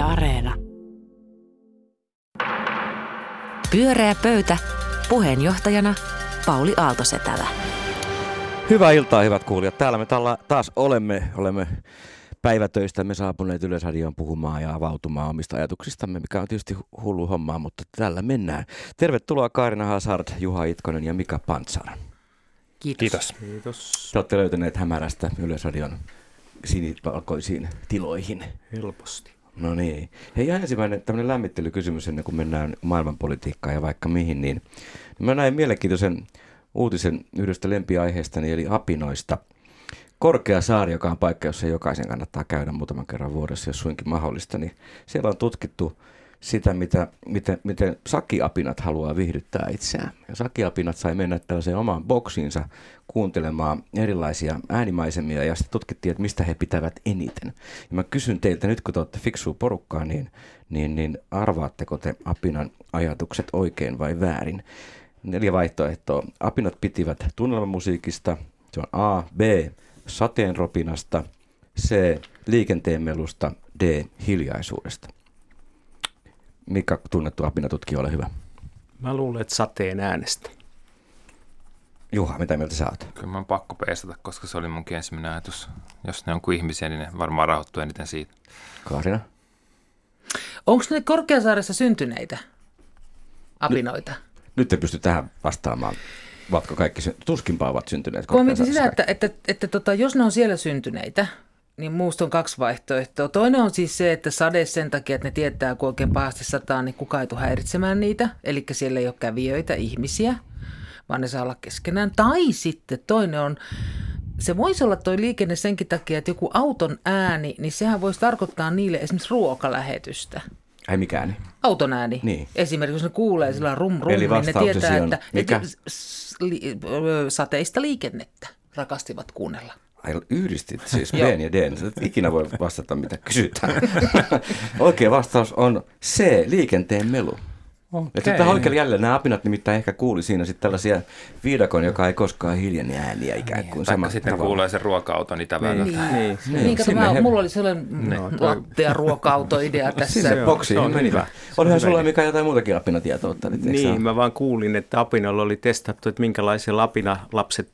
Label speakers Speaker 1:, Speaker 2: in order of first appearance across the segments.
Speaker 1: Areena.
Speaker 2: Pyöreä pöytä. Puheenjohtajana Pauli Aaltosetälä.
Speaker 3: Hyvää iltaa, hyvät kuulijat. Täällä me taas olemme päivätöistämme saapuneet Yleisradioon puhumaan ja avautumaan omista ajatuksistamme, mikä on tietysti hullu hommaa, mutta tällä mennään. Tervetuloa Kaarina Hazard, Juha Itkonen ja Mika Pantsar.
Speaker 4: Kiitos.
Speaker 3: Te olette löytäneet hämärästä Yleisradion sinivalkoisiin tiloihin.
Speaker 4: Helposti.
Speaker 3: No niin. Hei, ensimmäinen tämmöinen lämmittelykysymys ennen kuin mennään maailmanpolitiikkaan ja vaikka mihin, niin mä näin mielenkiintoisen uutisen yhdestä lempiaiheestani, eli apinoista. Korkeasaari, joka on paikka, jossa jokaisen kannattaa käydä muutaman kerran vuodessa, jos suinkin mahdollista, niin siellä on tutkittu sitä, miten sakiapinat haluaa viihdyttää itseään. Ja sakiapinat sai mennä tällaiseen omaan boksiinsa kuuntelemaan erilaisia äänimaisemia ja sitten tutkittiin, että mistä he pitävät eniten. Ja mä kysyn teiltä nyt, kun te olette fiksua porukkaa, niin arvaatteko te apinan ajatukset oikein vai väärin? 4 vaihtoehtoa. Apinat pitivät tunnelmamusiikista, se on A, B, sateenropinasta, C, liikenteenmelusta, D, hiljaisuudesta. Mikä tunnettu apinatutkija, ole hyvä?
Speaker 4: Mä luulen, että sateen äänestä.
Speaker 3: Juha, mitä mieltä sä oot?
Speaker 5: Kyllä mä oon pakko peestata, koska se oli munkin ensimmäinen ajatus. Jos ne on kuin ihmisiä, niin ne varmaan rahoittuu eniten siitä.
Speaker 3: Kaarina?
Speaker 6: Onko ne Korkeasaaressa syntyneitä apinoita?
Speaker 3: Nyt en pysty tähän vastaamaan. Ovatko kaikki, tuskinpa ovat syntyneet
Speaker 6: Kun mietin
Speaker 3: Korkeasaaressa?
Speaker 6: sitä, että jos ne on siellä syntyneitä, niin muusta on 2 vaihtoehtoa. Toinen on siis se, että sade sen takia, että ne tietää, kun oikein pahasti sataa, niin kukaan ei tule häiritsemään niitä. Eli siellä ei ole kävijöitä, ihmisiä, vaan ne saa olla keskenään. Tai sitten toinen on, se voisi olla toi liikenne senkin takia, että joku auton ääni, niin sehän voisi tarkoittaa niille esimerkiksi ruokalähetystä.
Speaker 3: Ai mikä ääni?
Speaker 6: Auton ääni.
Speaker 3: Niin.
Speaker 6: Esimerkiksi jos ne kuulee sillä rum,
Speaker 3: Eli
Speaker 6: niin ne tietää,
Speaker 3: on,
Speaker 6: että sateista liikennettä rakastivat kuunnella.
Speaker 3: Ai, yhdistit siis B ja D. Sä et ikinä voi vastata, mitä kysytään. Oikea vastaus on C, liikenteen melu. Okay. Tämä oikein jälleen nämä apinat nimittäin ehkä kuuli siinä sitten tällaisia viidakon, joka ei koskaan hiljene ääniä ikään kuin.
Speaker 5: Taikka sitten tavalla. Kuulee sen ruoka-auton itävältä.
Speaker 6: Niin, kato, mulla oli sellainen lattia-ruoka-auto-idea tässä.
Speaker 3: Sinne boksiin meni. Olihan sulla mikä jotain muutakin apinatietoa.
Speaker 4: Niin, mä vaan kuulin, että apinalla oli testattu, että minkälaisia apinalapset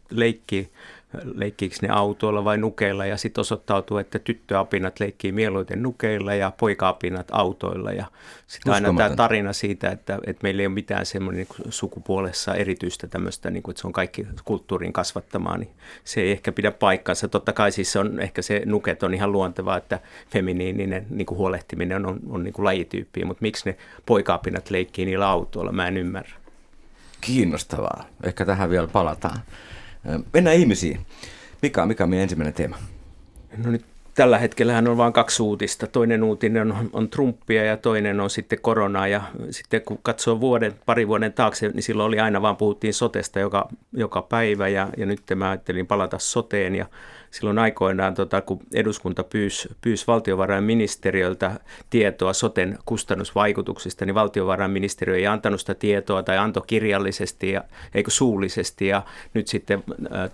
Speaker 4: leikkiikö ne autoilla vai nukeilla, ja sitten osoittautuu, että tyttöapinat leikkii mieluiten nukeilla ja poika-apinat autoilla. Ja sitten aina tämä tarina siitä, että meillä ei ole mitään semmoinen niin sukupuolessa erityistä tämmöistä, niin kuin, että se on kaikki kulttuurin kasvattamaa, niin se ei ehkä pidä paikkansa. Totta kai siis on ehkä se nuket on ihan luontevaa, että feminiininen niin kuin huolehtiminen on niin kuin lajityyppiä, mutta miksi ne poika-apinat leikkii niillä autoilla, mä en ymmärrä.
Speaker 3: Kiinnostavaa. Ehkä tähän vielä palataan. Mennään ihmisiin. Mikä on meidän ensimmäinen teema?
Speaker 4: No nyt tällä hetkellähän on vain 2 uutista. Toinen uutinen on Trumpia ja toinen on sitten koronaa. Ja sitten kun katsoo pari vuoden taakse, niin silloin oli aina vaan puhuttiin sotesta joka päivä. Ja nyt mä ajattelin palata soteen. Ja silloin aikoinaan, kun eduskunta pyysi valtiovarainministeriöltä tietoa soten kustannusvaikutuksista, niin valtiovarainministeriö ei antanut sitä tietoa tai antoi kirjallisesti eikö suullisesti. Ja nyt sitten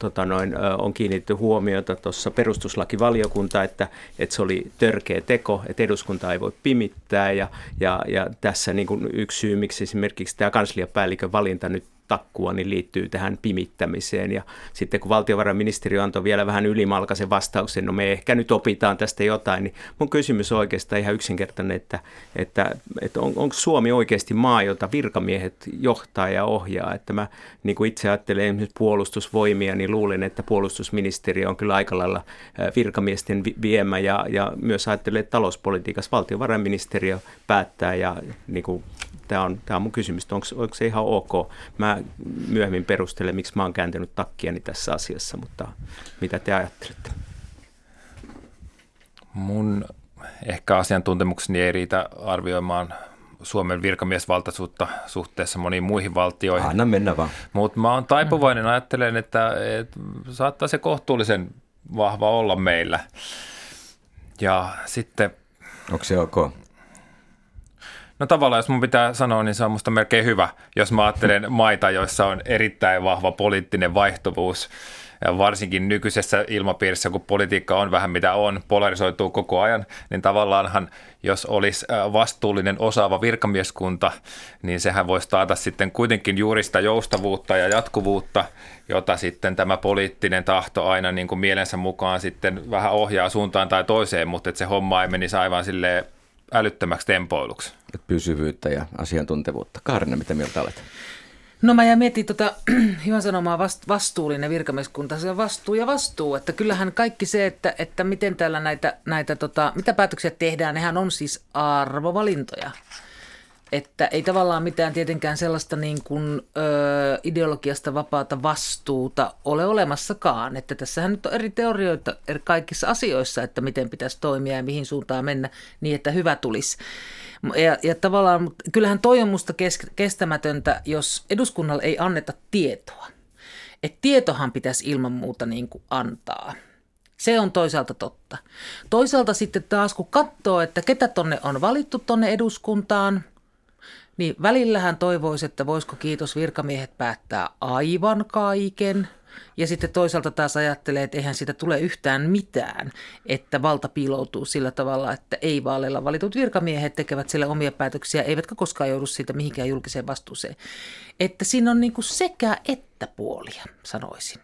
Speaker 4: on kiinnitetty huomiota tuossa perustuslakivaliokunta, että se oli törkeä teko, että eduskunta ei voi pimittää. Ja tässä niin kuin yksi syy, miksi esimerkiksi tämä kansliapäällikön valinta nyt takkua, niin liittyy tähän pimittämiseen. Ja sitten kun valtiovarainministeriö antoi vielä vähän ylimalkaisen vastauksen, no me ehkä nyt opitaan tästä jotain, niin mun kysymys on oikeastaan ihan yksinkertainen, että onko Suomi oikeasti maa, jota virkamiehet johtaa ja ohjaa. Että mä niin kuin itse ajattelen esimerkiksi puolustusvoimia, niin luulen, että puolustusministeriö on kyllä aika lailla virkamiesten viemä ja myös ajattelen, että talouspolitiikassa valtiovarainministeriö päättää ja niin kuin Tämä on mun kysymys, onko se ihan ok. Mä myöhemmin perustelen, miksi mä oon kääntänyt takkiani tässä asiassa, mutta mitä te ajattelette?
Speaker 5: Mun ehkä asiantuntemukseni ei riitä arvioimaan Suomen virkamiesvaltaisuutta suhteessa moniin muihin valtioihin.
Speaker 3: Anna mennä vaan.
Speaker 5: Mutta mä oon taipuvainen, ajattelen, että saattaa se kohtuullisen vahva olla meillä. Ja sitten...
Speaker 3: Onko se ok?
Speaker 5: No tavallaan, jos mun pitää sanoa, niin se on musta melkein hyvä, jos mä ajattelen maita, joissa on erittäin vahva poliittinen vaihtuvuus. Ja varsinkin nykyisessä ilmapiirissä, kun politiikka on vähän mitä on, polarisoituu koko ajan, niin tavallaanhan jos olisi vastuullinen osaava virkamieskunta, niin sehän voisi taata sitten kuitenkin juuri sitä joustavuutta ja jatkuvuutta, jota sitten tämä poliittinen tahto aina niin kuin mielensä mukaan sitten vähän ohjaa suuntaan tai toiseen, mutta että se homma ei menisi aivan silleen älyttömäksi tempoiluksi.
Speaker 3: Pysyvyyttä ja asiantuntevuutta. Kaarina, mitä mieltä olet?
Speaker 6: No mä mietin hyvän sanomaa vastuullinen virkamieskunta, se on vastuu, että kyllähän kaikki se, että miten täällä mitä päätöksiä tehdään, nehän on siis arvovalintoja. Että ei tavallaan mitään tietenkään sellaista niin kuin, ideologiasta vapaata vastuuta ole olemassakaan. Että tässähän nyt on eri teorioita kaikissa asioissa, että miten pitäisi toimia ja mihin suuntaan mennä niin, että hyvä tulisi. Ja tavallaan kyllähän toi on musta kestämätöntä, jos eduskunnalle ei anneta tietoa. Että tietohan pitäisi ilman muuta niin kuin antaa. Se on toisaalta totta. Toisaalta sitten taas kun katsoo, että ketä tonne on valittu tonne eduskuntaan, niin välillähän toivoisi, että voisiko kiitos virkamiehet päättää aivan kaiken. Ja sitten toisaalta taas ajattelee, että eihän siitä tule yhtään mitään, että valta piiloutuu sillä tavalla, että ei vaaleilla valitut virkamiehet tekevät siellä omia päätöksiä, eivätkä koskaan joudu siitä mihinkään julkiseen vastuuseen. Että siinä on niin kuin sekä että puolia, sanoisin.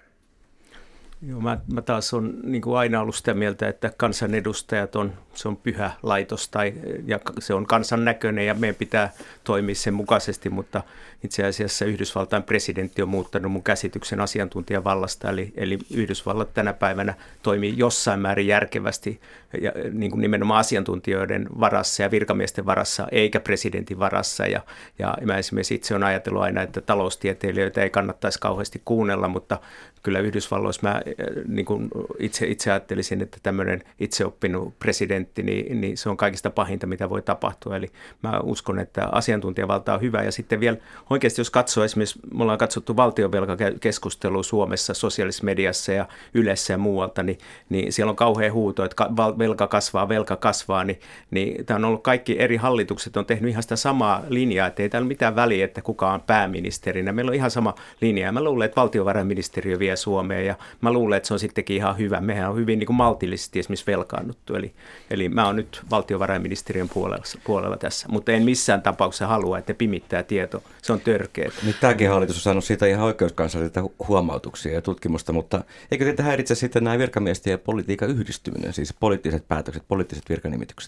Speaker 4: Joo, mä taas on niin kuin aina ollut sitä mieltä, että kansanedustajat se on pyhä laitos ja se on kansan näköinen ja meidän pitää toimia sen mukaisesti, mutta itse asiassa Yhdysvaltain presidentti on muuttanut mun käsityksen asiantuntijavallasta, eli Yhdysvallat tänä päivänä toimii jossain määrin järkevästi ja niin kuin nimenomaan asiantuntijoiden varassa ja virkamiesten varassa, eikä presidentin varassa. Ja mä esimerkiksi itse olen ajatellut aina, että taloustieteilijöitä ei kannattaisi kauheasti kuunnella, mutta kyllä Yhdysvalloissa mä niin kuin itse ajattelisin, että tämmöinen itseoppinut presidentti, niin se on kaikista pahinta, mitä voi tapahtua. Eli mä uskon, että asiantuntijavalta on hyvä. Ja sitten vielä oikeasti, jos katsoo esimerkiksi, me ollaan katsottu valtionvelkakeskustelua Suomessa, sosiaalisessa mediassa ja Ylessä ja muualta, niin siellä on kauhea huuto, että velka kasvaa, niin tämä on ollut kaikki eri hallitukset on tehnyt ihan sitä samaa linjaa, että ei täällä ole mitään väliä, että kuka on pääministerinä. Meillä on ihan sama linja. Mä luulen, että valtiovarainministeriö vie Suomeen ja mä luulen, että se on sittenkin ihan hyvä. Mehän on hyvin niin kuin maltillisesti esimerkiksi velkaannuttu. Eli mä oon nyt valtiovarainministeriön puolella tässä, mutta en missään tapauksessa halua, että pimittää tieto. Se on törkeä.
Speaker 3: Niin tämäkin hallitus on saanut siitä ihan oikeuskanslerilta huomautuksia ja tutkimusta, mutta eikö teitä häiritse sitten nämä virkamiesten ja politiikan yhdistyminen, siis poliittiset päätökset, poliittiset virkanimitykset?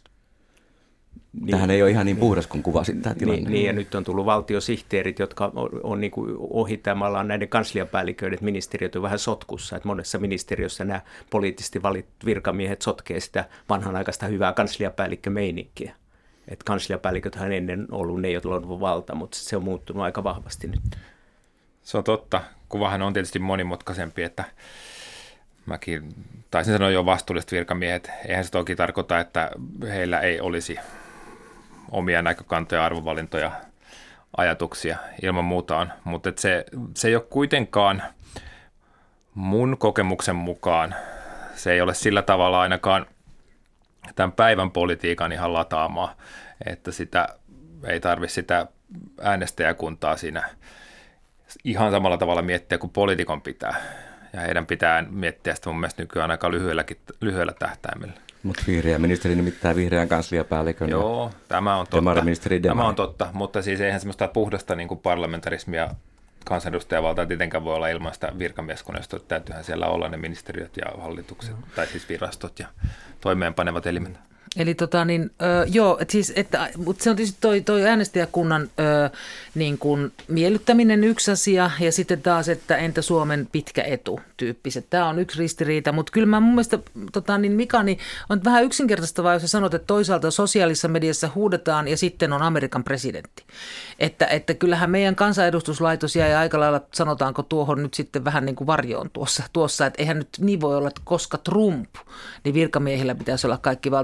Speaker 3: Tämähän ei ole ihan niin puhdas kuin kuvasit tämä tilanne.
Speaker 4: Niin, ja nyt on tullut valtiosihteerit, jotka on niin kuin ohittamallaan näiden kansliapäälliköiden, ministeriöt on vähän sotkussa, että monessa ministeriössä nämä poliittisesti valitut virkamiehet sotkee sitä vanhanaikaista hyvää kansliapäällikkömeininkiä. Että kansliapäälliköthän ennen ollut ne, joilla on valta, mutta se on muuttunut aika vahvasti nyt.
Speaker 5: Se on totta. Kuvahan on tietysti monimutkaisempi, että mäkin taisin sanoa jo vastuulliset virkamiehet. Eihän se toki tarkoita, että heillä ei olisi omia näkökantoja, arvovalintoja, ajatuksia. Ilman muuta on, mutta se ei ole kuitenkaan mun kokemuksen mukaan, se ei ole sillä tavalla ainakaan tämän päivän politiikan ihan lataamaa, että sitä ei tarvitse sitä äänestäjäkuntaa siinä ihan samalla tavalla miettiä kuin poliitikon pitää. Ja heidän pitää miettiä sitä mun mielestä nykyään aika lyhyellä tähtäimellä.
Speaker 3: Mutta vihreä ministeri nimittää vihreän kansliapäällikön.
Speaker 5: Joo, tämä on totta.
Speaker 3: Demariministeri Demari.
Speaker 5: Tämä on totta, mutta siis eihän semmoista puhdasta niin kuin parlamentarismia kansanedustajavaltaa tietenkään voi olla ilman sitä virkamieskoneistoa. Täytyyhän siellä olla ne ministeriöt ja hallitukset, tai siis virastot ja toimeenpanevat elimet.
Speaker 6: Eli joo, mutta se on tietysti toi äänestäjäkunnan niin kuin miellyttäminen yksi asia ja sitten taas, että entä Suomen pitkä etu tyyppiset. Tämä on yksi ristiriita, mutta kyllä mä mun mielestä Mika, niin on vähän yksinkertaistavaa, jos sä sanot, että toisaalta sosiaalisessa mediassa huudetaan ja sitten on Amerikan presidentti. Että kyllähän meidän kansanedustuslaitos jäi aika lailla, sanotaanko tuohon nyt sitten vähän niin kuin varjoon tuossa, että eihän nyt niin voi olla, että koska Trump, niin virkamiehillä pitäisi olla kaikki valta, että kyllähän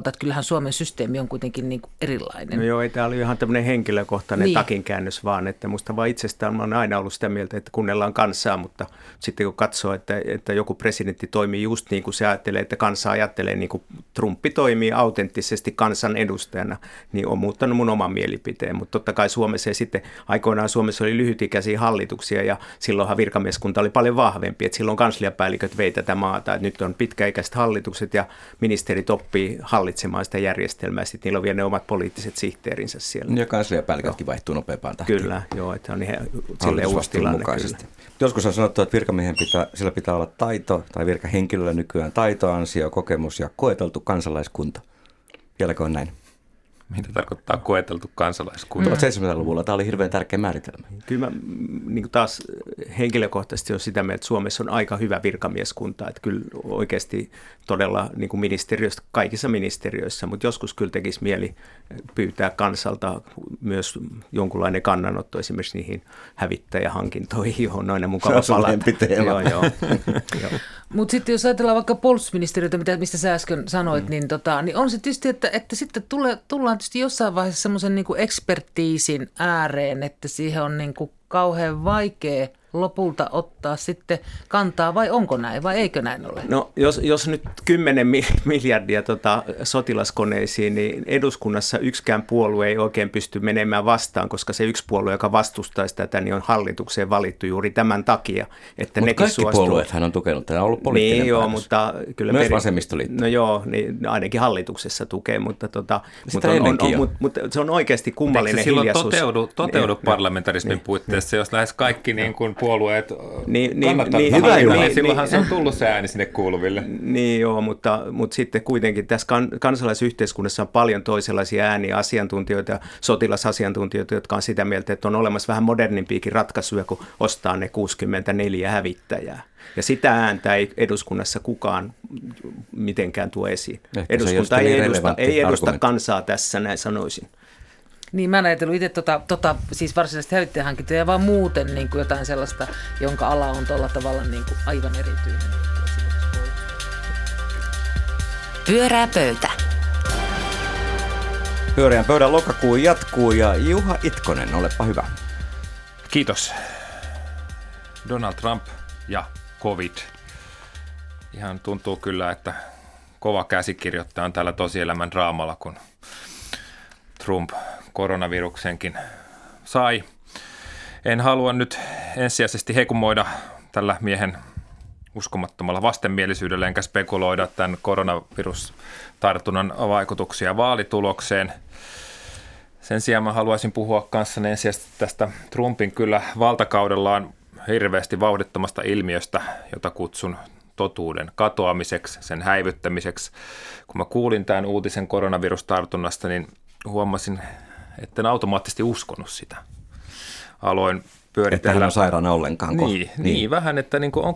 Speaker 6: kyllähän Suomen systeemi on kuitenkin niin kuin erilainen.
Speaker 4: No joo, ei tämä oli ihan tämmöinen henkilökohtainen takinkäännös vaan, että musta vaan itsestään mä oon aina ollut sitä mieltä, että kuunnellaan kansaa, mutta sitten kun katsoo, että joku presidentti toimii just niin kuin se ajattelee, että kansa ajattelee niin kuin Trumpi toimii autenttisesti kansan edustajana, niin on muuttanut mun oman mielipiteen, mutta totta kai Suomessa ja sitten aikoinaan Suomessa oli lyhytikäisiä hallituksia ja silloinhan virkamieskunta oli paljon vahvempi, että silloin kansliapäälliköt vei tätä maata, että nyt on pitkäikäiset hallitukset ja ministerit oppii hallitsemaan sitä järjestelmää, sitten niillä on vielä ne omat poliittiset sihteerinsä siellä.
Speaker 3: Ja kansliapäällikötkin vaihtuu nopeampaan tahtiin.
Speaker 4: Kyllä, joo, että on ihan silleen uusi tilanne.
Speaker 3: Joskus on sanottu, että virkamiehen sillä pitää olla taito, tai virkahenkilöllä nykyään taito, ansio, kokemus ja koeteltu kansalaiskunta. Vieläkö on näin?
Speaker 5: Mitä tarkoittaa koeteltu kansalaiskunta?
Speaker 3: 1700-luvulla tämä oli hirveän tärkeä määritelmä.
Speaker 4: Kyllä mä niin taas henkilökohtaisesti on sitä mieltä, että Suomessa on aika hyvä virkamieskunta, että kyllä oikeasti todella niin kuin ministeriöstä, kaikissa ministeriöissä, mutta joskus kyllä tekisi mieli pyytää kansalta myös jonkunlainen kannanotto esimerkiksi niihin hävittäjähankintoihin, johon on aina mukava palata. Joo.
Speaker 6: Mutta sitten jos ajatellaan vaikka puolustusministeriötä, mistä sä äsken sanoit, niin on se tietysti, että sitten tullaan tietysti jossain vaiheessa semmoisen niin kuin ekspertiisin ääreen, että siihen on niin kuin kauhean vaikea lopulta ottaa sitten kantaa, vai onko näin, vai eikö näin ole?
Speaker 4: No jos nyt 10 miljardia sotilaskoneisiin, niin eduskunnassa yksikään puolue ei oikein pysty menemään vastaan, koska se yksi puolue, joka vastustaisi tätä, niin on hallitukseen valittu juuri tämän takia. Että
Speaker 3: mutta kaikki puolueethan on tukenut, tämä on ollut poliittinen
Speaker 4: niin,
Speaker 3: päätös.
Speaker 4: Joo, mutta kyllä
Speaker 3: myös vasemmistoliitto.
Speaker 4: No joo, niin ainakin hallituksessa tukee, mutta se on oikeasti kummallinen hiljaisuus.
Speaker 5: Toteudu parlamentarismin puitteissa, jos lähes kaikki niin kuin puolueet
Speaker 4: niin,
Speaker 5: silloinhan se on tullut se ääni sinne kuuluville.
Speaker 4: Niin joo, mutta sitten kuitenkin tässä kansalaisyhteiskunnassa on paljon toisenlaisia ääniä, asiantuntijoita, sotilasasiantuntijoita, jotka on sitä mieltä, että on olemassa vähän modernimpiakin ratkaisuja, kun ostaa ne 64 hävittäjää. Ja sitä ääntä ei eduskunnassa kukaan mitenkään tuo esiin. Eduskunta ei edusta kansaa tässä, näin sanoisin.
Speaker 6: Niin, mä en ajatellut itse siis varsinaisesti hävittäjähankintoja, vaan muuten niin kuin jotain sellaista, jonka ala on tuolla tavalla niin kuin aivan erityinen.
Speaker 2: Pyörää pöytä.
Speaker 3: Pyöreän pöydän lokakuu jatkuu ja Juha Itkonen, olepa hyvä.
Speaker 5: Kiitos. Donald Trump ja COVID. Ihan tuntuu kyllä, että kova käsikirjoittaja on täällä tosielämän draamalla, kun Trump koronaviruksenkin sai. En halua nyt ensisijaisesti hekumoida tällä miehen uskomattomalla vastenmielisyydellä, enkä spekuloida tämän koronavirustartunnan vaikutuksia vaalitulokseen. Sen sijaan mä haluaisin puhua kanssanne ensisijaisesti tästä Trumpin kyllä valtakaudellaan hirveästi vauhdittomasta ilmiöstä, jota kutsun totuuden katoamiseksi, sen häivyttämiseksi. Kun mä kuulin tämän uutisen koronavirustartunnasta, niin huomasin, että en automaattisesti uskonut sitä. Aloin pyöritellä.
Speaker 3: Että hän on sairaana ollenkaan.
Speaker 5: Niin, vähän, että niin kuin,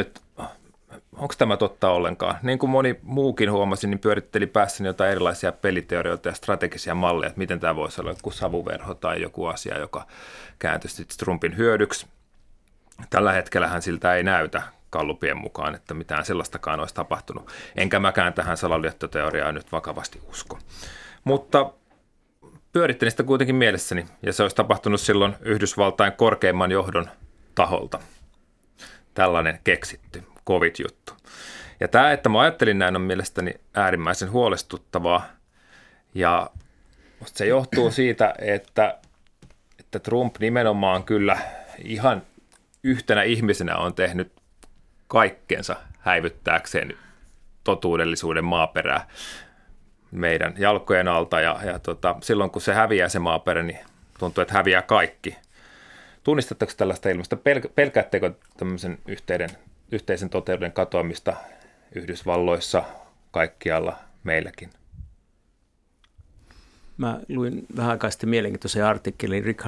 Speaker 5: onko tämä totta ollenkaan? Niin kuin moni muukin huomasin, niin pyöritteli päässäni jotain erilaisia peliteorioita ja strategisia malleja, että miten tämä voisi olla joku savuverho tai joku asia, joka kääntyisi Trumpin hyödyksi. Tällä hetkellähän siltä ei näytä gallupien mukaan, että mitään sellaistakaan olisi tapahtunut. Enkä mäkään tähän salaliittoteoriaan nyt vakavasti usko. Mutta pyörittelin sitä kuitenkin mielessäni, ja se olisi tapahtunut silloin Yhdysvaltain korkeimman johdon taholta. Tällainen keksitty COVID-juttu. Ja tämä, että mä ajattelin näin, on mielestäni äärimmäisen huolestuttavaa. Ja se johtuu siitä, että Trump nimenomaan kyllä ihan yhtenä ihmisenä on tehnyt kaikkensa häivyttääkseen totuudellisuuden maaperää meidän jalkojen alta. Ja silloin, kun se häviää se maaperä, niin tuntuu, että häviää kaikki. Tunnistatteko tällaista ilmasta? Pelkäättekö tämmöisen yhteisen toteuden katoamista Yhdysvalloissa, kaikkialla, meilläkin?
Speaker 4: Mä luin vähän aikaa sitten mielenkiintoisen artikkelin Richard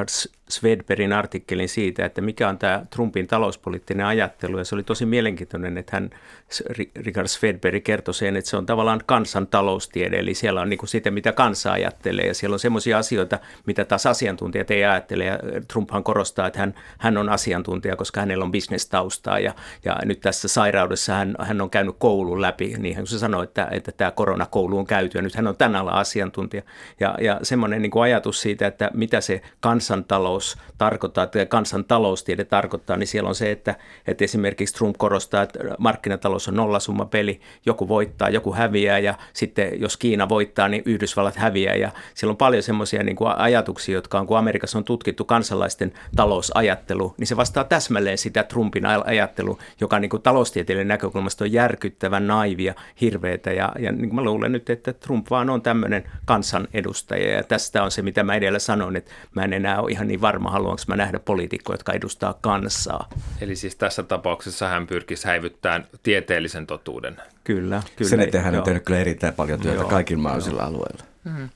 Speaker 4: Swedbergin artikkelin siitä, että mikä on tämä Trumpin talouspoliittinen ajattelu, ja se oli tosi mielenkiintoinen, että Richard Swedberg kertoi sen, että se on tavallaan kansantaloustiede, eli siellä on niin kuin sitä, mitä kansa ajattelee, ja siellä on semmoisia asioita, mitä taas asiantuntijat ei ajattele, ja Trumphan korostaa, että hän on asiantuntija, koska hänellä on business-taustaa, ja nyt tässä sairaudessa hän on käynyt koulun läpi, niin kuin se sanoi, että tämä koronakoulu on käyty, ja nyt hän on tämän alan asiantuntija, ja semmoinen niin kuin ajatus siitä, että mitä se kansantalous tarkoittaa, että kansantaloustiede tarkoittaa, niin siellä on se, että esimerkiksi Trump korostaa, että markkinatalous on nollasummapeli, joku voittaa, joku häviää, ja sitten jos Kiina voittaa, niin Yhdysvallat häviää, ja siellä on paljon semmoisia niin kuin ajatuksia, jotka on, kun Amerikassa on tutkittu kansalaisten talousajattelu, niin se vastaa täsmälleen sitä Trumpin ajattelu, joka niin kuin taloustieteellinen näkökulmasta on järkyttävän naivia, hirveätä, ja niin mä luulen nyt, että Trump vaan on tämmöinen kansanedustaja, ja tästä on se, mitä mä edellä sanoin, että mä en enää ole ihan niin varma, haluanko mä nähdä poliitikkoja, jotka edustaa kansaa.
Speaker 5: Eli siis tässä tapauksessa hän pyrkisi häivyttämään tieteellisen totuuden.
Speaker 4: Kyllä.
Speaker 3: Sen eteen hän on tehnyt kyllä erittäin paljon työtä kaikilla mahdollisilla alueilla.
Speaker 6: Mm-hmm.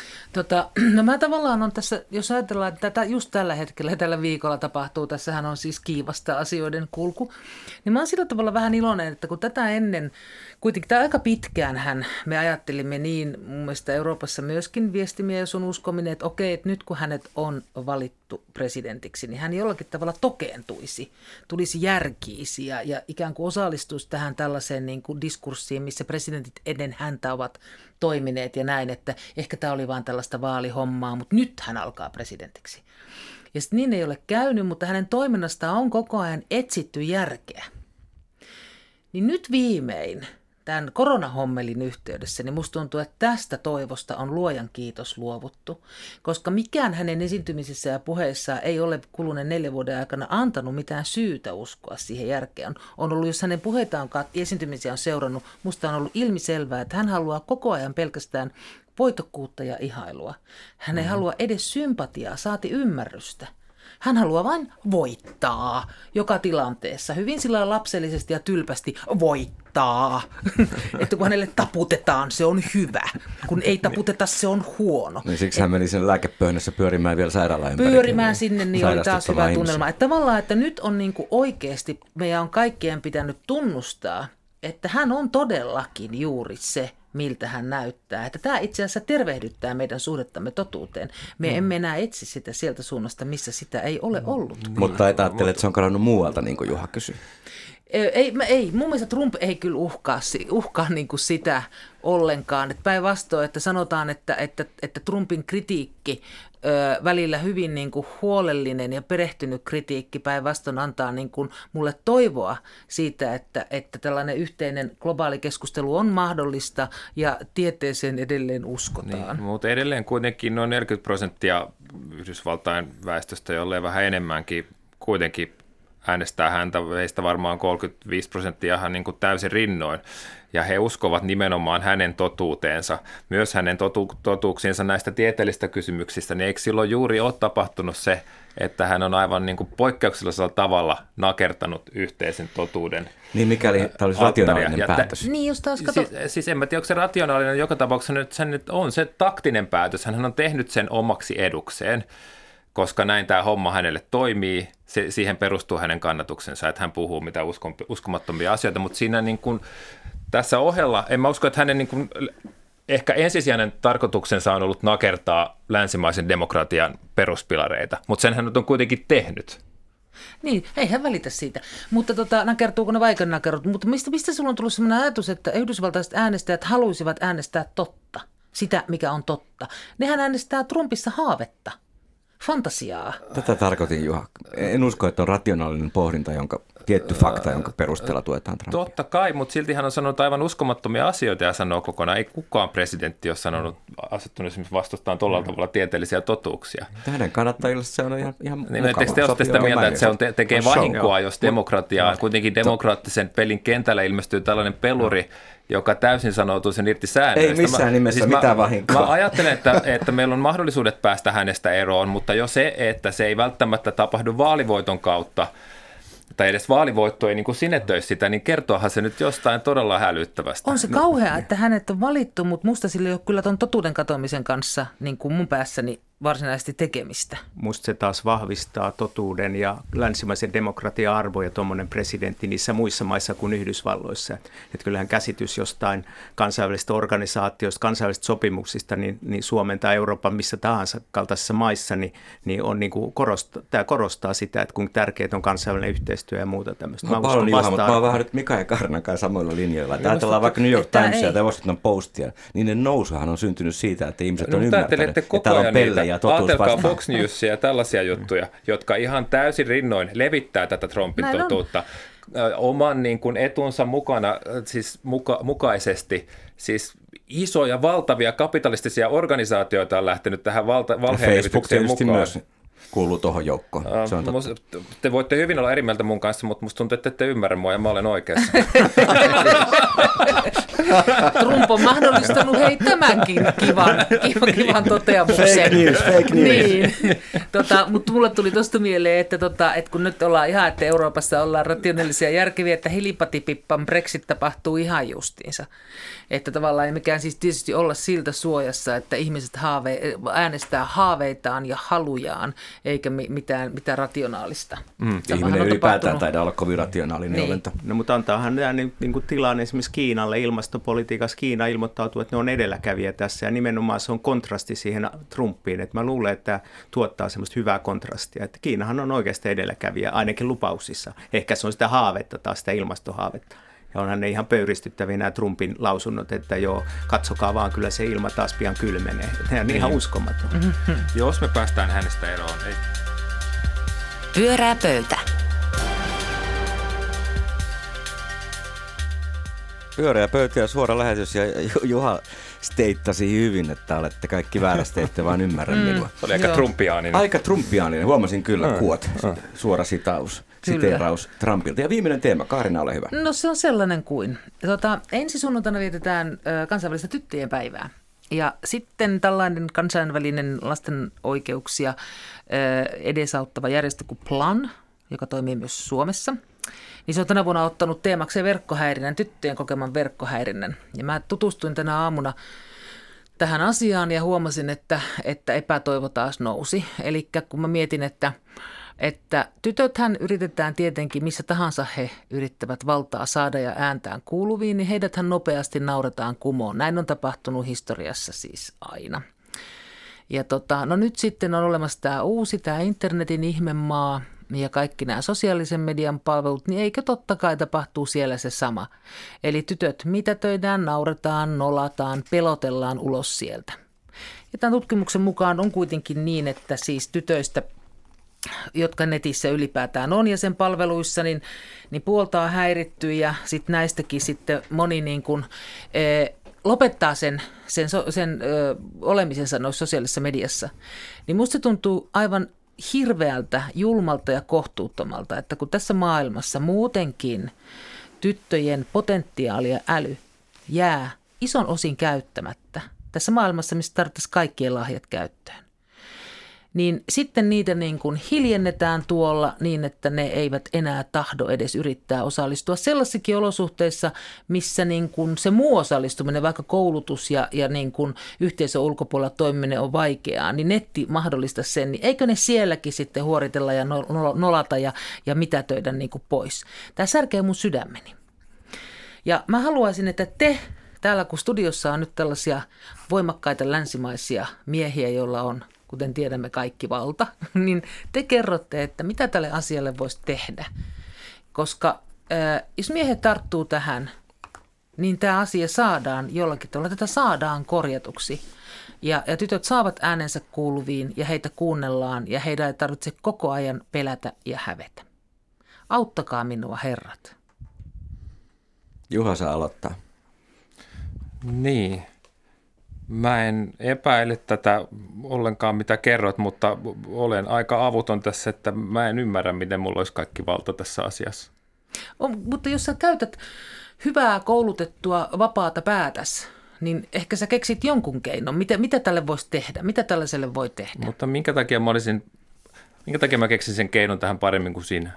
Speaker 6: No mä tavallaan on tässä, jos ajatellaan, että tätä just tällä hetkellä ja tällä viikolla tapahtuu, tässähän on siis kiivasta asioiden kulku, niin mä oon sillä tavalla vähän iloinen, että kun tätä ennen, kuitenkin tämä aika pitkäänhän me ajattelimme niin, mun mielestä Euroopassa myöskin viestimiä, jos on uskominen, että okei, että nyt kun hänet on valittu presidentiksi, niin hän jollakin tavalla tokeentuisi, tulisi järkiisi ja ikään kuin osallistuisi tähän tällaiseen niin kuin diskurssiin, missä presidentit ennen häntä ovat toimineet ja näin, että ehkä tämä oli vain tällaista vaalihommaa, mutta nyt hän alkaa presidentiksi. Ja sitten niin ei ole käynyt, mutta hänen toiminnastaan on koko ajan etsitty järkeä. Niin nyt viimein tämän koronahommelin yhteydessä, niin musta tuntuu, että tästä toivosta on luojan kiitos luovuttu, koska mikään hänen esiintymisessä ja puheissaan ei ole kuluneen 4 vuoden aikana antanut mitään syytä uskoa siihen järkeen. On ollut, jos hänen puheitaan esiintymisiä on seurannut, musta on ollut ilmiselvää, että hän haluaa koko ajan pelkästään voitokkuutta ja ihailua. Hän ei halua edes sympatiaa, saati ymmärrystä. Hän haluaa vain voittaa joka tilanteessa, hyvin sillä lapsellisesti ja tylpästi voittaa. Että kun hänelle taputetaan, se on hyvä. Kun ei taputeta, se on huono.
Speaker 3: Niin siksi hän meni sen lääkepöhnässä pyörimään vielä sairaalaan ympäri.
Speaker 6: Pyörimään sinne, niin oli taas hyvä tunnelma. Että tavallaan, että nyt on niin kuin oikeasti, meidän on kaikkien pitänyt tunnustaa, että hän on todellakin juuri se, miltä hän näyttää. Että tämä itse asiassa tervehdyttää meidän suhdettamme totuuteen. Me emme enää etsi sitä sieltä suunnasta, missä sitä ei ole ollut.
Speaker 3: Mutta et ajattele, että se on kadonnut muualta, niin kuin Juha kysyi.
Speaker 6: Ei, mun mielestä Trump ei kyllä uhkaa niin kuin sitä ollenkaan. Että päinvastoin, että sanotaan, että Trumpin kritiikki välillä hyvin niin kuin huolellinen ja perehtynyt kritiikki päinvastoin antaa niin kuin mulle toivoa siitä, että tällainen yhteinen globaali keskustelu on mahdollista ja tieteeseen edelleen uskotaan.
Speaker 5: Niin, mutta edelleen kuitenkin noin 40% Yhdysvaltain väestöstä, jolleen vähän enemmänkin kuitenkin äänestää häntä, heistä varmaan 35% ihan niin kuin täysin rinnoin. Ja he uskovat nimenomaan hänen totuuteensa, myös hänen totuuksiinsa näistä tieteellisistä kysymyksistä, niin eikö silloin juuri ole tapahtunut se, että hän on aivan niin kuin poikkeuksellisella tavalla nakertanut yhteisen totuuden.
Speaker 3: Niin mikäli tämä olisi rationaalinen päätös.
Speaker 6: Niin jos taas
Speaker 5: siis en mä tiedä, onko se rationaalinen, joka tapauksessa nyt on se taktinen päätös, hän on tehnyt sen omaksi edukseen, koska näin tämä homma hänelle toimii, siihen perustuu hänen kannatuksensa, että hän puhuu mitä uskomattomia asioita, mutta siinä niin kuin tässä ohella, en mä usko, että hänen niin kuin ehkä ensisijainen tarkoituksensa on ollut nakertaa länsimaisen demokratian peruspilareita, mutta sen hän on kuitenkin tehnyt.
Speaker 6: Niin, ei hän välitä siitä. Mutta nakertuuko ne vaikka nakerut? Mutta mistä sulla on tullut sellainen ajatus, että yhdysvaltaiset äänestäjät haluaisivat äänestää totta, sitä mikä on totta? Nehän äänestää Trumpissa haavetta. Fantasiaa.
Speaker 3: Tätä tarkoitin, Juha. En usko, että on rationaalinen pohdinta, tietty fakta, jonka perusteella tuetaan Trumpia.
Speaker 5: Totta kai, mutta silti hän on sanonut aivan uskomattomia asioita ja sanoo kokonaan. Ei kukaan presidentti ole sanonut, asettunut esimerkiksi vastustaan tuolla tavalla tieteellisiä totuuksia.
Speaker 3: Hänen kannattajille se on ihan mukavaa.
Speaker 5: Niin, te olette sitä mieltä, että se tekee vahinkoa, jos demokratiaa, kuitenkin demokraattisen pelin kentällä ilmestyy tällainen peluri, joka täysin sanoutuu sen irti säännöistä.
Speaker 3: Ei missään nimessä mitään vahinkoa.
Speaker 5: Mä ajattelen, että meillä on mahdollisuudet päästä hänestä eroon, mutta jo se, että se ei välttämättä tapahdu vaalivoiton kautta, tai edes vaalivoitto ei niin kuin sinetöisi sitä, niin kertoohan se nyt jostain todella hälyttävästä.
Speaker 6: On se kauhea, että hänet on valittu, mutta musta sillä ei ole kyllä tuon totuuden katoamisen kanssa niin kuin mun päässäni varsinaisesti tekemistä.
Speaker 4: Musta se taas vahvistaa totuuden ja länsimaisen demokratia-arvoja tuommoinen presidentti niissä muissa maissa kuin Yhdysvalloissa. Että kyllähän käsitys jostain kansainvälisestä organisaatiosta, kansainvälisistä sopimuksista, niin Suomen tai Euroopan missä tahansa kaltaisissa maissa, niin on niin kuin tämä korostaa sitä, että kuinka tärkeää on kansainvälinen yhteistyö ja muuta tämmöistä.
Speaker 3: Mä oon vähän nyt Mika ja Karnan kanssa samoilla linjoilla. Ajatellaan vaikka New York Timesia tai Washington Postia, niin ne nousuhan on syntynyt siitä, että ihmiset on ymmärtänyt, että täällä on pelle ja totuus vastaan.
Speaker 5: Ajatelkaa Fox Newsia ja tällaisia juttuja, jotka ihan täysin rinnoin levittää tätä Trumpin totuutta oman niin kuin etunsa mukana, siis mukaisesti. Siis isoja, valtavia kapitalistisia organisaatioita on lähtenyt tähän valheenlevitykseen mukaan. Myös
Speaker 3: kuuluu tuohon joukkoon.
Speaker 5: Te voitte hyvin olla eri mieltä mun kanssa, mutta musta tuntuu, että ette ymmärrä mua ja mä olen oikeassa.
Speaker 6: Trump on mahdollistanut tämänkin kivan toteamuksen.
Speaker 3: Fake news.
Speaker 6: Niin. Mutta mulle tuli tuosta mieleen, että kun nyt ollaan ihan, että Euroopassa ollaan rationaalisia ja järkeviä, että hilipatipippan Brexit tapahtuu ihan justiinsa. Että tavallaan ei mikään siis tietysti olla siltä suojassa, että ihmiset äänestää haaveitaan ja halujaan, eikä mitään rationaalista.
Speaker 3: Ihminen ylipäätään taida olla kovin rationaalinen olento.
Speaker 4: No, mutta antaahan nämä niin kuin tilanne esimerkiksi Kiinalle ilmastopolitiikassa. Kiina ilmoittautuu, että ne on edelläkävijä tässä ja nimenomaan se on kontrasti siihen Trumpiin. Että mä luulen, että tämä tuottaa semmoista hyvää kontrastia. Että Kiinahan on oikeasti edelläkävijä, ainakin lupauksissa. Ehkä se on sitä haavetta taas, sitä ilmastohaavetta. Ja onhan ne ihan pöyristyttäviä nämä Trumpin lausunnot, että joo, katsokaa vaan, kyllä se ilma taas pian kylmenee. Ne on ihan uskomaton.
Speaker 5: Jos me päästään hänestä eroon. Ei.
Speaker 2: Pyörää pöytä.
Speaker 3: Pyöreä pöytä ja suora lähetys ja Juha steittasi hyvin, että olette kaikki väärästä, ette vaan ymmärrä minua.
Speaker 5: Se oli aika trumpiaaninen.
Speaker 3: Aika trumpiaaninen, huomasin kyllä suora siteeraus Trumpilta. Ja viimeinen teema, Kaarina, ole hyvä.
Speaker 6: No se on sellainen kuin. Ensi sunnuntaina vietetään kansainvälistä tyttöjen päivää. Ja sitten tällainen kansainvälinen lasten oikeuksia edesauttava järjestö kuin Plan, joka toimii myös Suomessa, niin se on tänä vuonna ottanut teemakseen verkkohäirinnän, tyttöjen kokeman verkkohäirinnän. Ja mä tutustuin tänä aamuna tähän asiaan ja huomasin, että epätoivo taas nousi. Eli kun mä mietin, että tytöthän yritetään tietenkin, missä tahansa he yrittävät valtaa saada ja ääntään kuuluviin, niin heidäthän nopeasti nauretaan kumoon. Näin on tapahtunut historiassa siis aina. Ja no nyt sitten on olemassa tämä internetin ihmemaa ja kaikki nämä sosiaalisen median palvelut, niin eikö totta kai tapahtuu siellä se sama. Eli tytöt mitätöidään, nauretaan, nolataan, pelotellaan ulos sieltä. Ja tämän tutkimuksen mukaan on kuitenkin niin, että siis tytöistä, jotka netissä ylipäätään on ja sen palveluissa, niin puoltaa häiritty ja sitten näistäkin sitten moni niin kuin, lopettaa sen olemisensa noissa sosiaalisessa mediassa. Niin musta tuntuu aivan hirveältä, julmalta ja kohtuuttomalta, että kun tässä maailmassa muutenkin tyttöjen potentiaali ja äly jää ison osin käyttämättä, tässä maailmassa, missä tarvittaisiin kaikkien lahjat käyttöön, niin sitten niitä niin kuin hiljennetään tuolla niin, että ne eivät enää tahdo edes yrittää osallistua sellaisissakin olosuhteissa, missä niin kuin se muu osallistuminen, vaikka koulutus ja niin kuin yhteisön ulkopuolella toimiminen on vaikeaa, niin netti mahdollistaa sen, niin eikö ne sielläkin sitten huoritella ja nolata ja mitätöidä niin kuin pois. Tämä särkee mun sydämeni. Ja mä haluaisin, että te täällä, kun studiossa on nyt tällaisia voimakkaita länsimaisia miehiä, joilla on, kuten tiedämme, kaikki valta, niin te kerrotte, että mitä tälle asialle voisi tehdä. Koska jos miehet tarttuu tähän, niin tämä asia saadaan jollakin tavalla, tätä saadaan korjatuksi. Ja tytöt saavat äänensä kuuluviin ja heitä kuunnellaan ja heidän ei tarvitse koko ajan pelätä ja hävetä. Auttakaa minua, herrat.
Speaker 3: Juha saa aloittaa.
Speaker 5: Niin. Mä en epäile tätä ollenkaan, mitä kerrot, mutta olen aika avuton tässä, että mä en ymmärrä, miten mulla olisi kaikki valta tässä asiassa.
Speaker 6: Mutta jos sä käytät hyvää koulutettua vapaata päätäs, niin ehkä sä keksit jonkun keinon. Mitä tälle voisi tehdä? Mitä tällaiselle voi tehdä?
Speaker 5: Mutta minkä takia mä keksin sen keinon tähän paremmin kuin sinä?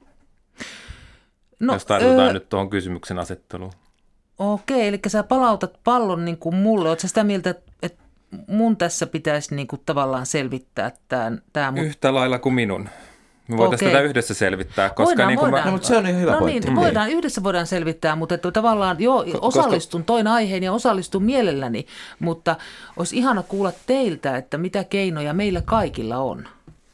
Speaker 5: No, jos tarvitaan nyt tuohon kysymyksen asetteluun.
Speaker 6: Okei, eli sä palautat pallon niin kuin mulle. Oletko sä sitä mieltä, että mun tässä pitäisi niin kuin tavallaan selvittää tämä.
Speaker 5: Yhtä lailla kuin minun. Me voitaisiin tätä yhdessä selvittää, koska
Speaker 6: voidaan.
Speaker 3: No, mutta se on ihan hyvä pointti.
Speaker 6: Niin, yhdessä voidaan selvittää, mutta että tavallaan osallistun toin aiheen ja osallistun mielelläni, mutta olisi ihana kuulla teiltä, että mitä keinoja meillä kaikilla on.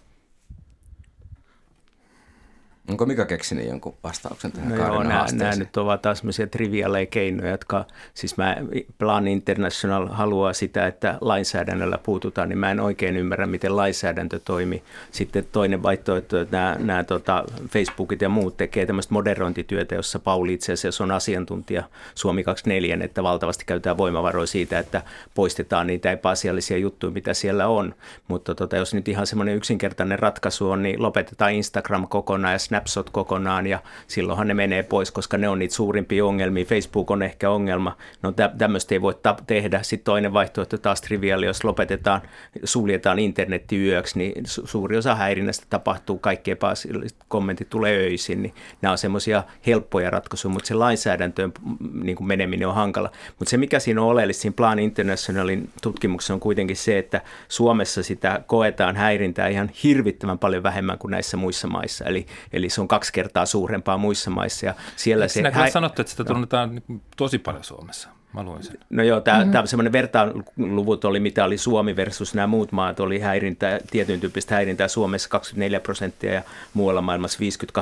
Speaker 3: Onko Mika keksinyt jonkun vastauksen tähän Kaarinan haasteeseen?
Speaker 4: Nämä nyt ovat taas sellaisia triviaaleja keinoja, jotka, siis Plan International haluaa sitä, että lainsäädännöllä puututaan, niin mä en oikein ymmärrä, miten lainsäädäntö toimii. Sitten toinen vaihtoehto, että nämä Facebookit ja muut tekee tämmöistä moderointityötä, jossa Pauli itse asiassa on asiantuntija Suomi 24, että valtavasti käytetään voimavaroja siitä, että poistetaan niitä epäasiallisia juttuja, mitä siellä on. Mutta jos nyt ihan semmoinen yksinkertainen ratkaisu on, niin lopetetaan Instagram kokonaan ja Snapshot kokonaan ja silloinhan ne menee pois, koska ne on niitä suurimpia ongelmia. Facebook on ehkä ongelma. No tämmöistä ei voi tehdä. Sitten toinen vaihtoehto taas triviaali, jos suljetaan internetti yöksi, niin suuri osa häirinnästä tapahtuu, kaikki epäasialliset kommentit tulee öisin. Niin nämä on semmoisia helppoja ratkaisuja, mutta se lainsäädäntöön niin kuin meneminen on hankala. Mutta se mikä siinä on oleellista, siinä Plan Internationalin tutkimuksessa on kuitenkin se, että Suomessa sitä koetaan häirintää ihan hirvittävän paljon vähemmän kuin näissä muissa maissa. Eli se on 2 kertaa suurempaa muissa maissa. Ja siellä
Speaker 5: sinä kyllä sanottu, että sitä tunnetaan tosi paljon Suomessa. Mä luin sen.
Speaker 4: No joo, tämä semmoinen vertailuvut oli, mitä oli Suomi versus nämä muut maat, oli häirintää, tietyn tyyppistä häirintää Suomessa 24% ja muualla maailmassa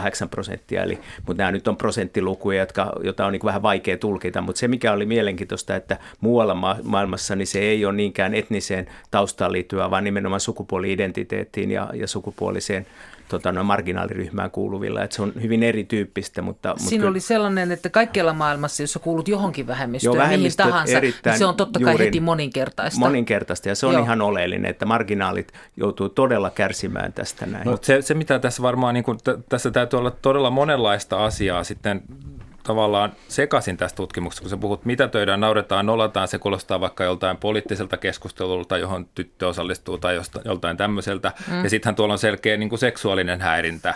Speaker 4: 58%. Mutta nämä nyt on prosenttilukuja, joita on niin vähän vaikea tulkita. Mutta se, mikä oli mielenkiintoista, että muualla maailmassa niin se ei ole niinkään etniseen taustaan liittyvää, vaan nimenomaan sukupuoli-identiteettiin ja sukupuoliseen marginaaliryhmään kuuluvilla, että se on hyvin erityyppistä.
Speaker 6: Siinä oli sellainen, että kaikkialla maailmassa, jos sä kuulut johonkin vähemmistöön, mihin tahansa, niin se on totta kai heti moninkertaista.
Speaker 4: Moninkertaista, ja se on ihan oleellinen, että marginaalit joutuu todella kärsimään tästä näin.
Speaker 5: No, se mitä tässä varmaan, niin tässä täytyy olla todella monenlaista asiaa sitten tavallaan sekaisin tästä tutkimuksesta, kun sä puhut mitätöidään, nauretaan, nolataan, se kuulostaa vaikka joltain poliittiselta keskustelulta, johon tyttö osallistuu tai joltain tämmöiseltä. Ja sittenhän tuolla on selkeä niin kuin seksuaalinen häirintä,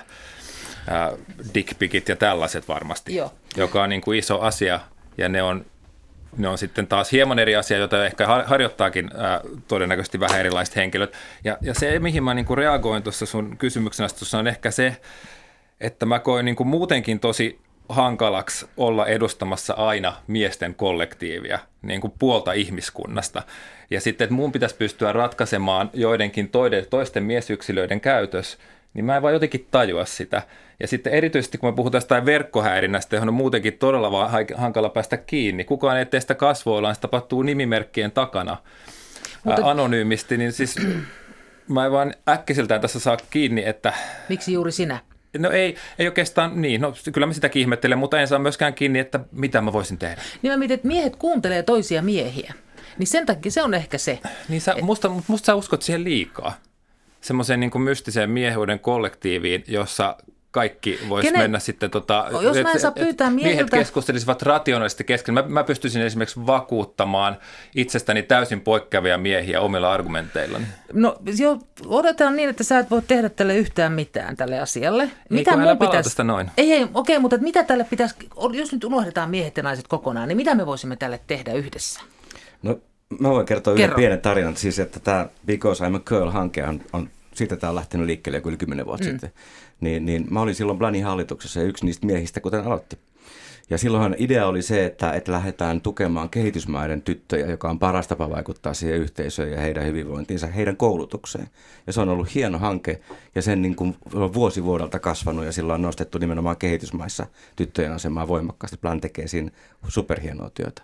Speaker 5: dickpicit ja tällaiset varmasti, joka on niin kuin iso asia ja ne on sitten taas hieman eri asia, jota ehkä harjoittaakin todennäköisesti vähän erilaiset henkilöt. Ja se, mihin mä niin kuin reagoin tuossa sun kysymyksen astussa, on ehkä se, että mä koin niin kuin muutenkin tosi hankalaksi olla edustamassa aina miesten kollektiivia, niin kuin puolta ihmiskunnasta. Ja sitten, että mun pitäisi pystyä ratkaisemaan joidenkin toisten miesyksilöiden käytös, niin mä en vaan jotenkin tajua sitä. Ja sitten erityisesti, kun me puhutaan jostain verkkohäirinnästä, johon on muutenkin todella vaan hankala päästä kiinni. Kukaan ei tee sitä kasvoillaan, se tapahtuu nimimerkkien takana anonyymisti, niin siis mä en vaan äkkiseltään tässä saa kiinni, että...
Speaker 6: Miksi juuri sinä?
Speaker 5: No ei oikeastaan niin, no kyllä mä sitäkin ihmettelen, mutta en saa myöskään kiinni, että mitä mä voisin tehdä.
Speaker 6: Niin mä mietin, että miehet kuuntelee toisia miehiä, niin sen takia se on ehkä se.
Speaker 5: Niin musta sä uskot siihen liikaa, semmoiseen niin kuin mystiseen miehuuden kollektiiviin, jossa kaikki vois mennä sitten,
Speaker 6: jos mä en saa pyytää
Speaker 5: miehet keskustelisivat rationaalisesti kesken. Mä pystyisin esimerkiksi vakuuttamaan itsestäni täysin poikkeavia miehiä omilla argumenteillani.
Speaker 6: No odotetaan niin, että sä et voi tehdä tälle yhtään mitään tälle asialle.
Speaker 5: Mitä mun pitäisi? Noin.
Speaker 6: Okei, mutta mitä tälle pitäisi, jos nyt unohdetaan miehet ja naiset kokonaan, niin mitä me voisimme tälle tehdä yhdessä?
Speaker 3: No mä voin kertoa yhden pienen tarinan, siis että tämä Because I'm a Girl-hanke on siitä tämä on lähtenyt liikkeelle joku yli 10 vuotta sitten. Niin mä olin silloin Blanin hallituksessa ja yksi niistä miehistä, kuten aloitti. Ja silloinhan idea oli se, että lähdetään tukemaan kehitysmaiden tyttöjä, joka on paras tapa vaikuttaa siihen yhteisöön ja heidän hyvinvointiinsa, heidän koulutukseen. Ja se on ollut hieno hanke ja sen niin kuin vuosi vuodelta kasvanut ja silloin on nostettu nimenomaan kehitysmaissa tyttöjen asemaa voimakkaasti. Plan tekee siinä superhienoa työtä.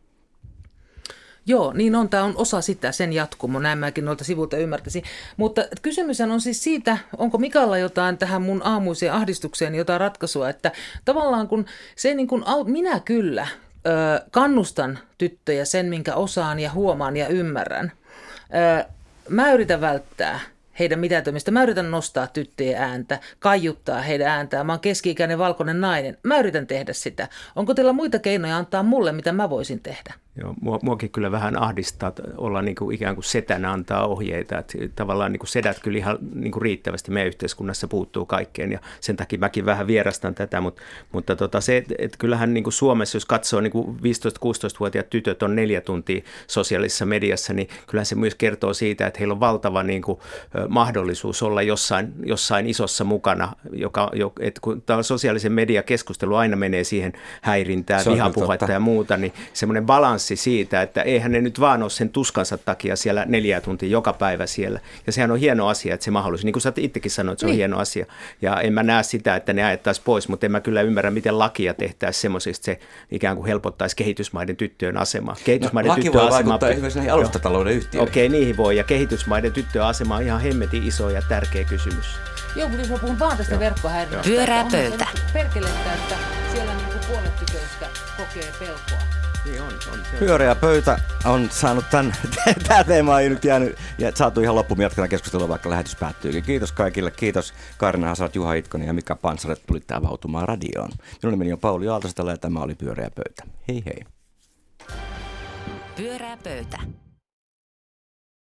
Speaker 6: Joo, niin on. Tämä on osa sitä, sen jatkumo. Näin mäkin noilta sivulta ymmärtäisin. Mutta kysymys on siis siitä, onko Mikalla jotain tähän mun aamuiseen ahdistukseen jotain ratkaisua, että tavallaan kun se niin kuin, minä kyllä kannustan tyttöjä sen, minkä osaan ja huomaan ja ymmärrän. Mä yritän välttää heidän mitätömistä. Mä yritän nostaa tyttöjen ääntä, kaiuttaa heidän ääntään. Mä oon keski-ikäinen valkoinen nainen. Mä yritän tehdä sitä. Onko teillä muita keinoja antaa mulle, mitä mä voisin tehdä?
Speaker 4: Joo, muakin kyllä vähän ahdistaa olla niin kuin ikään kuin setänä antaa ohjeita. Että tavallaan niin kuin sedät kyllä ihan niin kuin riittävästi meidän yhteiskunnassa puuttuu kaikkeen ja sen takia mäkin vähän vierastan tätä. Mutta se, että kyllähän niin kuin Suomessa, jos katsoo niin kuin 15-16-vuotiaat tytöt on 4 tuntia sosiaalisessa mediassa, niin kyllähän se myös kertoo siitä, että heillä on valtava niin kuin mahdollisuus olla jossain isossa mukana, että kun tämä sosiaalisen median keskustelu aina menee siihen häirintään, vihapuhetta ja muuta, niin semmoinen balanssi siitä, että eihän ne nyt vaan ole sen tuskansa takia siellä 4 tuntia joka päivä siellä. Ja sehän on hieno asia, että se mahdollisuus, niin kuin sä itsekin sanoit, se on hieno asia. Ja en mä näe sitä, että ne ajettaisiin pois, mutta en mä kyllä ymmärrä, miten lakia tehtäisiin semmoisesta, se ikään kuin helpottaisi kehitysmaiden tyttöjen asemaa.
Speaker 3: Laki voi vaikuttaa esimerkiksi näihin alustatalouden yhtiöihin.
Speaker 4: Okei, niihin voi. Ja kehitysmaiden tyttöjen asema on ihan hemmetin iso ja tärkeä kysymys.
Speaker 6: Joo, mutta jos mä puhun vaan tästä verkkohäirinnästä.
Speaker 2: Pyörää pöytä.
Speaker 6: Perkelettä, että siellä niin kuin puolet tytöistä kokee pelkoa.
Speaker 4: Niin on.
Speaker 3: Pyöreä pöytä on saanut tämä teema ei nyt jäänyt ja saatu ihan loppuun jatkana keskustelua, vaikka lähetys päättyykin. Kiitos kaikille. Kiitos Kaarina Hasalat, Juha Itkonen ja Mika Panssaret tulitte avautumaan radioon. Minun nimeni on Pauli Aaltosella ja tämä oli Pyöreä pöytä. Hei hei.
Speaker 2: Pyörää pöytä.